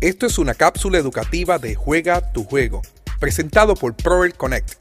Esto es una cápsula educativa de Juega tu Juego, presentado por Proel Connect.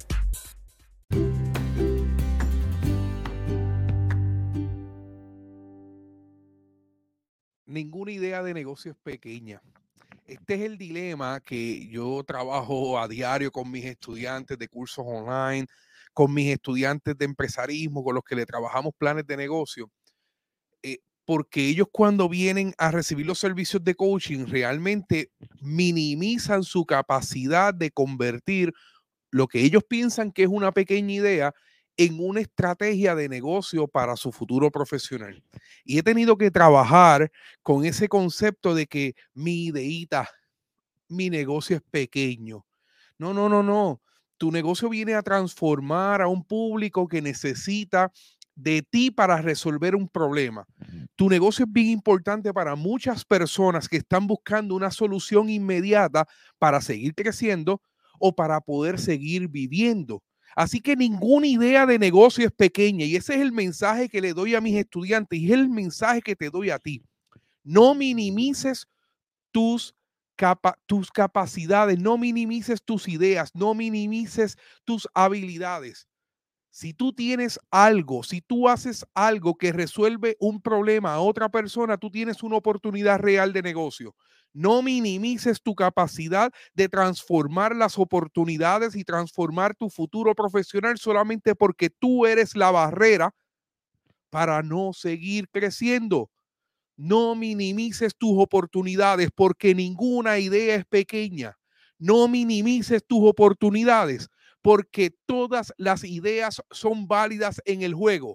Ninguna idea de negocio es pequeña. Este es el dilema que yo trabajo a diario con mis estudiantes de cursos online, con mis estudiantes de empresarismo, con los que le trabajamos planes de negocio. Porque ellos cuando vienen a recibir los servicios de coaching realmente minimizan su capacidad de convertir lo que ellos piensan que es una pequeña idea en una estrategia de negocio para su futuro profesional. Y he tenido que trabajar con ese concepto de que mi ideita, mi negocio es pequeño. No. Tu negocio viene a transformar a un público que necesita de ti para resolver un problema. Tu negocio es bien importante para muchas personas que están buscando una solución inmediata para seguir creciendo o para poder seguir viviendo. Así que ninguna idea de negocio es pequeña y ese es el mensaje que le doy a mis estudiantes y es el mensaje que te doy a ti. No minimices tus capacidades, no minimices tus ideas, no minimices tus habilidades. Si tú tienes algo, si tú haces algo que resuelve un problema a otra persona, tú tienes una oportunidad real de negocio. No minimices tu capacidad de transformar las oportunidades y transformar tu futuro profesional solamente porque tú eres la barrera para no seguir creciendo. No minimices tus oportunidades porque ninguna idea es pequeña. No minimices tus oportunidades porque todas las ideas son válidas en el juego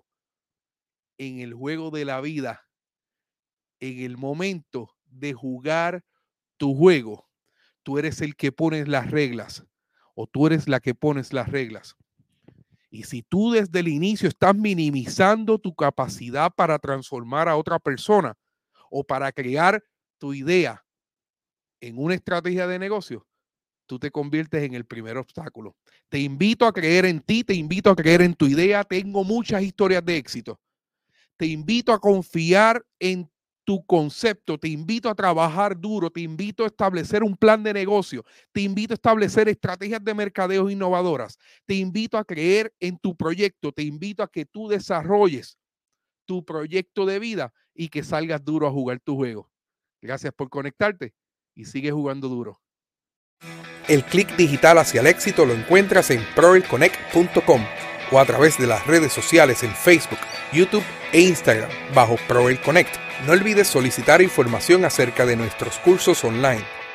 de la vida, en el momento de jugar tu juego. Tú eres el que pones las reglas o tú eres la que pones las reglas. Y si tú desde el inicio estás minimizando tu capacidad para transformar a otra persona o para crear tu idea en una estrategia de negocio, tú te conviertes en el primer obstáculo. Te invito a creer en ti, te invito a creer en tu idea. Tengo muchas historias de éxito. Te invito a confiar en tu concepto, te invito a trabajar duro, te invito a establecer un plan de negocio, te invito a establecer estrategias de mercadeo innovadoras, te invito a creer en tu proyecto, te invito a que tú desarrolles tu proyecto de vida y que salgas duro a jugar tu juego. Gracias por conectarte y sigue jugando duro. El clic digital hacia el éxito lo encuentras en proelconnect.com o a través de las redes sociales en Facebook, YouTube e Instagram bajo Proel Connect. No olvides solicitar información acerca de nuestros cursos online.